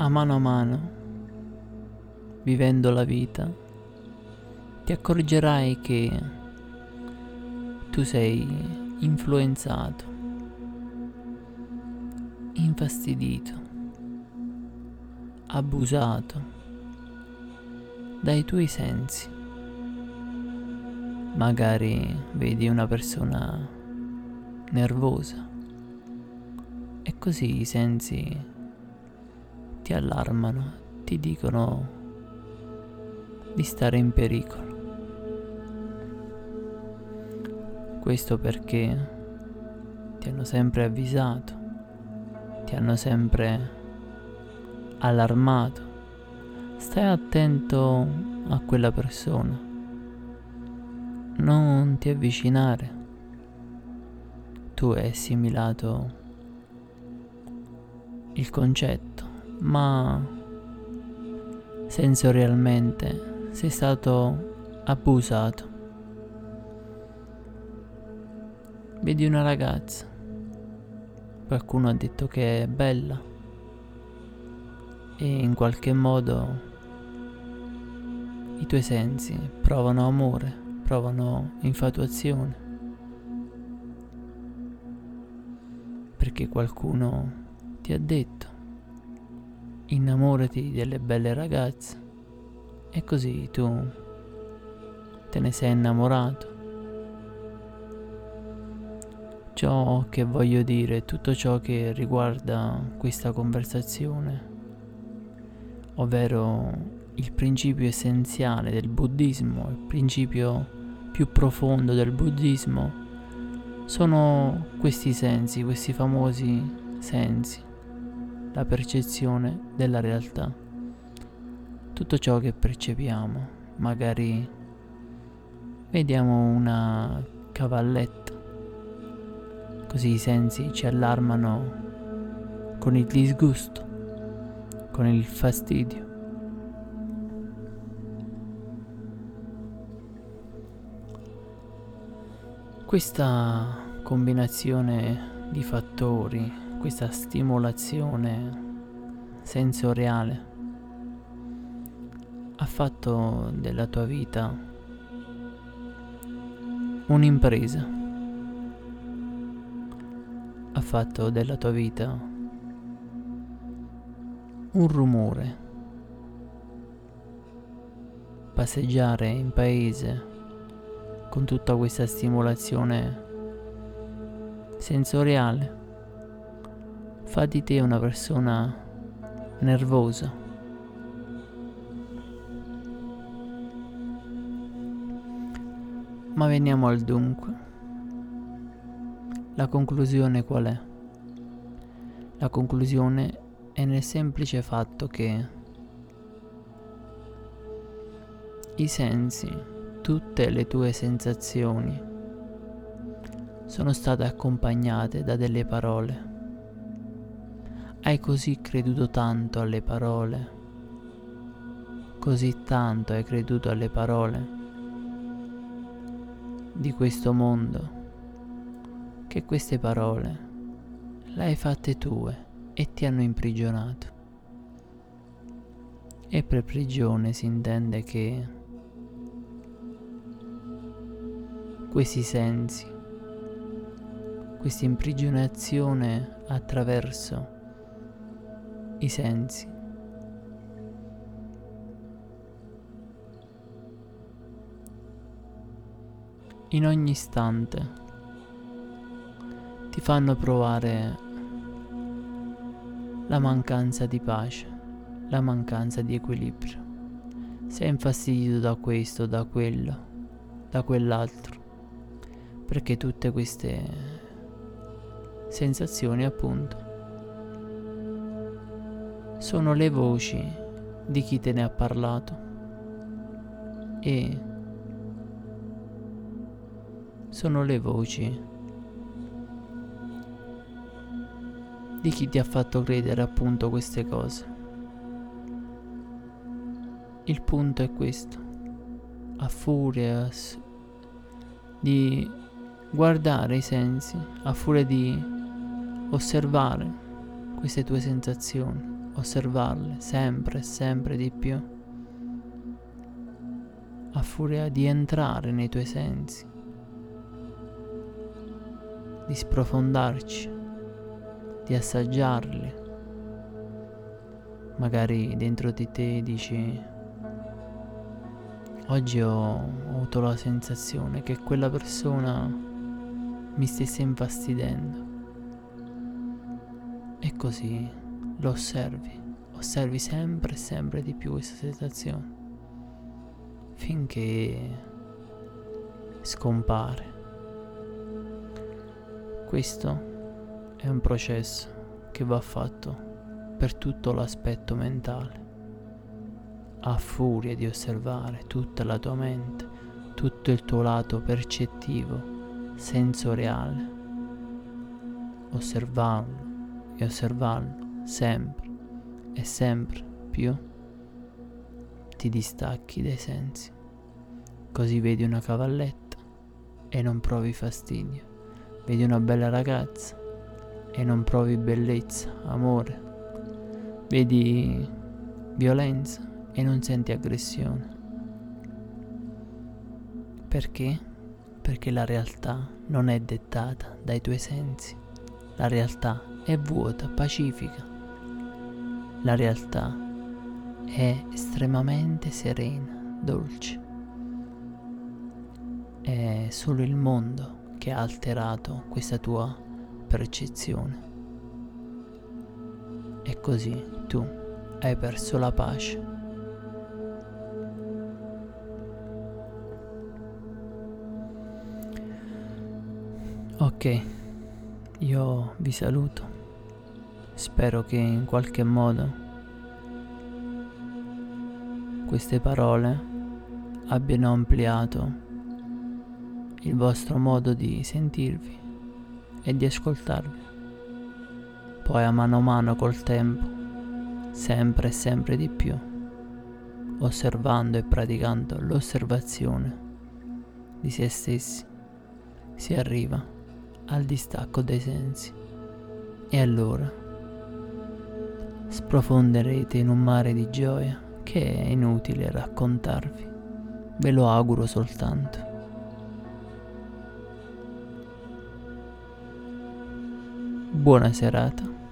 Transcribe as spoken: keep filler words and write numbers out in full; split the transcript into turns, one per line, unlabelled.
a mano a mano, vivendo la vita, ti accorgerai che tu sei influenzato, infastidito, abusato dai tuoi sensi. Magari vedi una persona nervosa e così i sensi ti allarmano, ti dicono di stare in pericolo. Questo perché ti hanno sempre avvisato, ti hanno sempre allarmato. Stai attento a quella persona, non ti avvicinare. Tu hai assimilato il concetto, ma sensorialmente sei stato abusato. Vedi una ragazza, qualcuno ha detto che è bella e in qualche modo i tuoi sensi provano amore, provano infatuazione, perché qualcuno ti ha detto innamorati delle belle ragazze e così tu te ne sei innamorato. Ciò che voglio dire, tutto ciò che riguarda questa conversazione, ovvero il principio essenziale del buddismo, il principio più profondo del buddismo, sono questi sensi, questi famosi sensi, la percezione della realtà. Tutto ciò che percepiamo, magari vediamo una cavalletta, così i sensi ci allarmano con il disgusto, con il fastidio. Questa combinazione di fattori, questa stimolazione sensoriale ha fatto della tua vita un'impresa. Ha fatto della tua vita un rumore. Passeggiare in paese con tutta questa stimolazione sensoriale fa di te una persona nervosa. Ma veniamo al dunque. La conclusione qual è? La conclusione è nel semplice fatto che i sensi, tutte le tue sensazioni, sono state accompagnate da delle parole. Hai così creduto tanto alle parole, così tanto hai creduto alle parole di questo mondo, che queste parole le hai fatte tue e ti hanno imprigionato. E per prigione si intende che questi sensi, questa imprigionazione attraverso i sensi, in ogni istante ti fanno provare la mancanza di pace, la mancanza di equilibrio. Sei infastidito da questo, da quello, da quell'altro, perché tutte queste sensazioni, appunto, sono le voci di chi te ne ha parlato e sono le voci di chi ti ha fatto credere appunto queste cose. Il punto è questo: a furia di guardare i sensi, a furia di osservare queste tue sensazioni, osservarle sempre e sempre di più, a furia di entrare nei tuoi sensi, di sprofondarci, di assaggiarli. Magari dentro di te dici: oggi ho, ho avuto la sensazione che quella persona mi stesse infastidendo. E così lo osservi, osservi sempre e sempre di più questa sensazione, finché scompare. Questo è un processo che va fatto per tutto l'aspetto mentale. A furia di osservare tutta la tua mente, tutto il tuo lato percettivo, sensoriale, osservarlo e osservarlo sempre e sempre più, ti distacchi dai sensi. Così vedi una cavalletta e non provi fastidio. Vedi una bella ragazza e non provi bellezza, amore. Vedi violenza e non senti aggressione. Perché? Perché la realtà non è dettata dai tuoi sensi. La realtà è vuota, pacifica. La realtà è estremamente serena, dolce. È solo il mondo che ha alterato questa tua percezione. E così tu hai perso la pace. Ok, io vi saluto. Spero che in qualche modo queste parole abbiano ampliato il vostro modo di sentirvi e di ascoltarvi. Poi a mano a mano col tempo, sempre e sempre di più, osservando e praticando l'osservazione di se stessi, si arriva al distacco dei sensi. E allora sprofonderete in un mare di gioia che è inutile raccontarvi. Ve lo auguro soltanto. Buona serata.